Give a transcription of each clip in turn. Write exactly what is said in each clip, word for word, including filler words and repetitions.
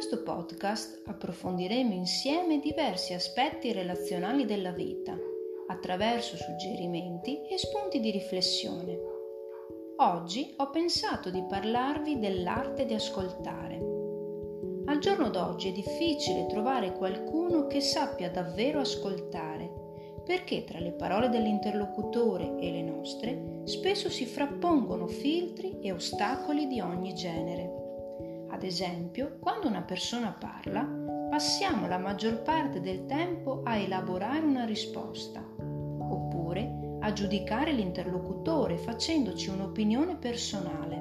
questo podcast approfondiremo insieme diversi aspetti relazionali della vita, attraverso suggerimenti e spunti di riflessione. Oggi ho pensato di parlarvi dell'arte di ascoltare. Al giorno d'oggi è difficile trovare qualcuno che sappia davvero ascoltare, perché tra le parole dell'interlocutore e le nostre spesso si frappongono filtri e ostacoli di ogni genere. Ad esempio, quando una persona parla, passiamo la maggior parte del tempo a elaborare una risposta, oppure a giudicare l'interlocutore facendoci un'opinione personale.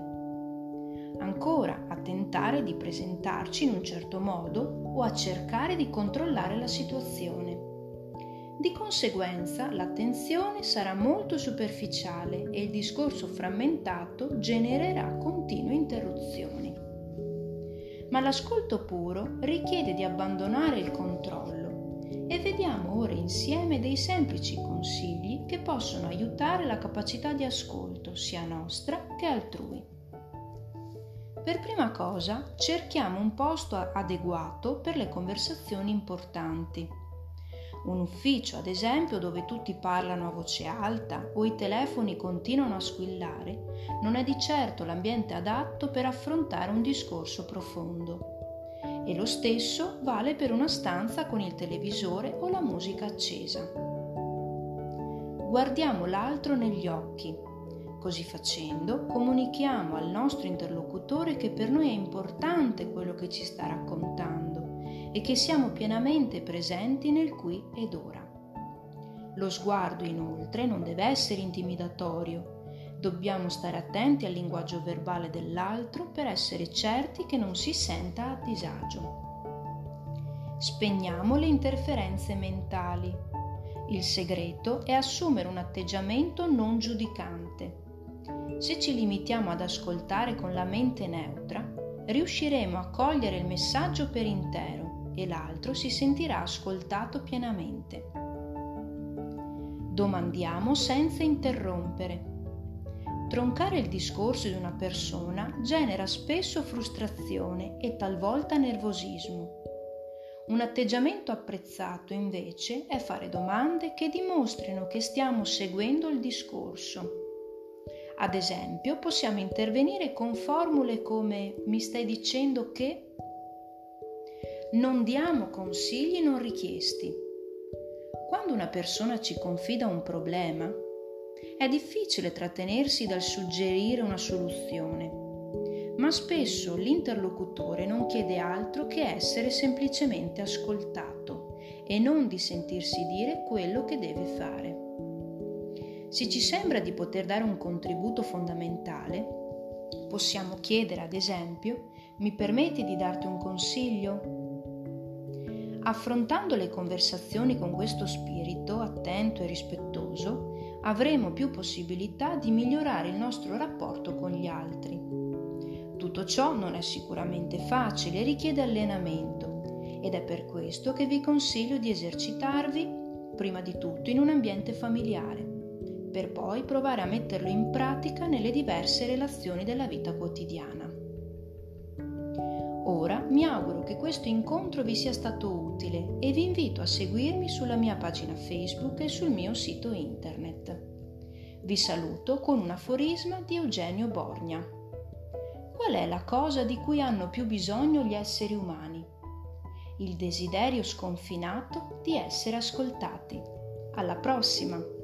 Ancora a tentare di presentarci in un certo modo o a cercare di controllare la situazione. Di conseguenza, l'attenzione sarà molto superficiale e il discorso frammentato genererà continue interruzioni. Ma l'ascolto puro richiede di abbandonare il controllo e vediamo ora insieme dei semplici consigli che possono aiutare la capacità di ascolto sia nostra che altrui. Per prima cosa, cerchiamo un posto adeguato per le conversazioni importanti. Un ufficio, ad esempio, dove tutti parlano a voce alta o i telefoni continuano a squillare, non è di certo l'ambiente adatto per affrontare un discorso profondo. E lo stesso vale per una stanza con il televisore o la musica accesa. Guardiamo l'altro negli occhi. Così facendo, comunichiamo al nostro interlocutore che per noi è importante quello che ci sta raccontando e che siamo pienamente presenti nel qui ed ora. Lo sguardo, inoltre, non deve essere intimidatorio. Dobbiamo stare attenti al linguaggio verbale dell'altro per essere certi che non si senta a disagio. Spegniamo le interferenze mentali. Il segreto è assumere un atteggiamento non giudicante. Se ci limitiamo ad ascoltare con la mente neutra, riusciremo a cogliere il messaggio per intero e l'altro si sentirà ascoltato pienamente. Domandiamo senza interrompere. Troncare il discorso di una persona genera spesso frustrazione e talvolta nervosismo. Un atteggiamento apprezzato, invece, è fare domande che dimostrino che stiamo seguendo il discorso. Ad esempio, possiamo intervenire con formule come «Mi stai dicendo che…» Non diamo consigli non richiesti. Quando una persona ci confida un problema, è difficile trattenersi dal suggerire una soluzione, ma spesso l'interlocutore non chiede altro che essere semplicemente ascoltato e non di sentirsi dire quello che deve fare. Se ci sembra di poter dare un contributo fondamentale, possiamo chiedere, ad esempio, «Mi permetti di darti un consiglio?» Affrontando le conversazioni con questo spirito attento e rispettoso, avremo più possibilità di migliorare il nostro rapporto con gli altri. Tutto ciò non è sicuramente facile e richiede allenamento, ed è per questo che vi consiglio di esercitarvi, prima di tutto, in un ambiente familiare, per poi provare a metterlo in pratica nelle diverse relazioni della vita quotidiana. Ora mi auguro che questo incontro vi sia stato utile e vi invito a seguirmi sulla mia pagina Facebook e sul mio sito internet. Vi saluto con un aforisma di Eugenio Borgna. Qual è la cosa di cui hanno più bisogno gli esseri umani? Il desiderio sconfinato di essere ascoltati. Alla prossima!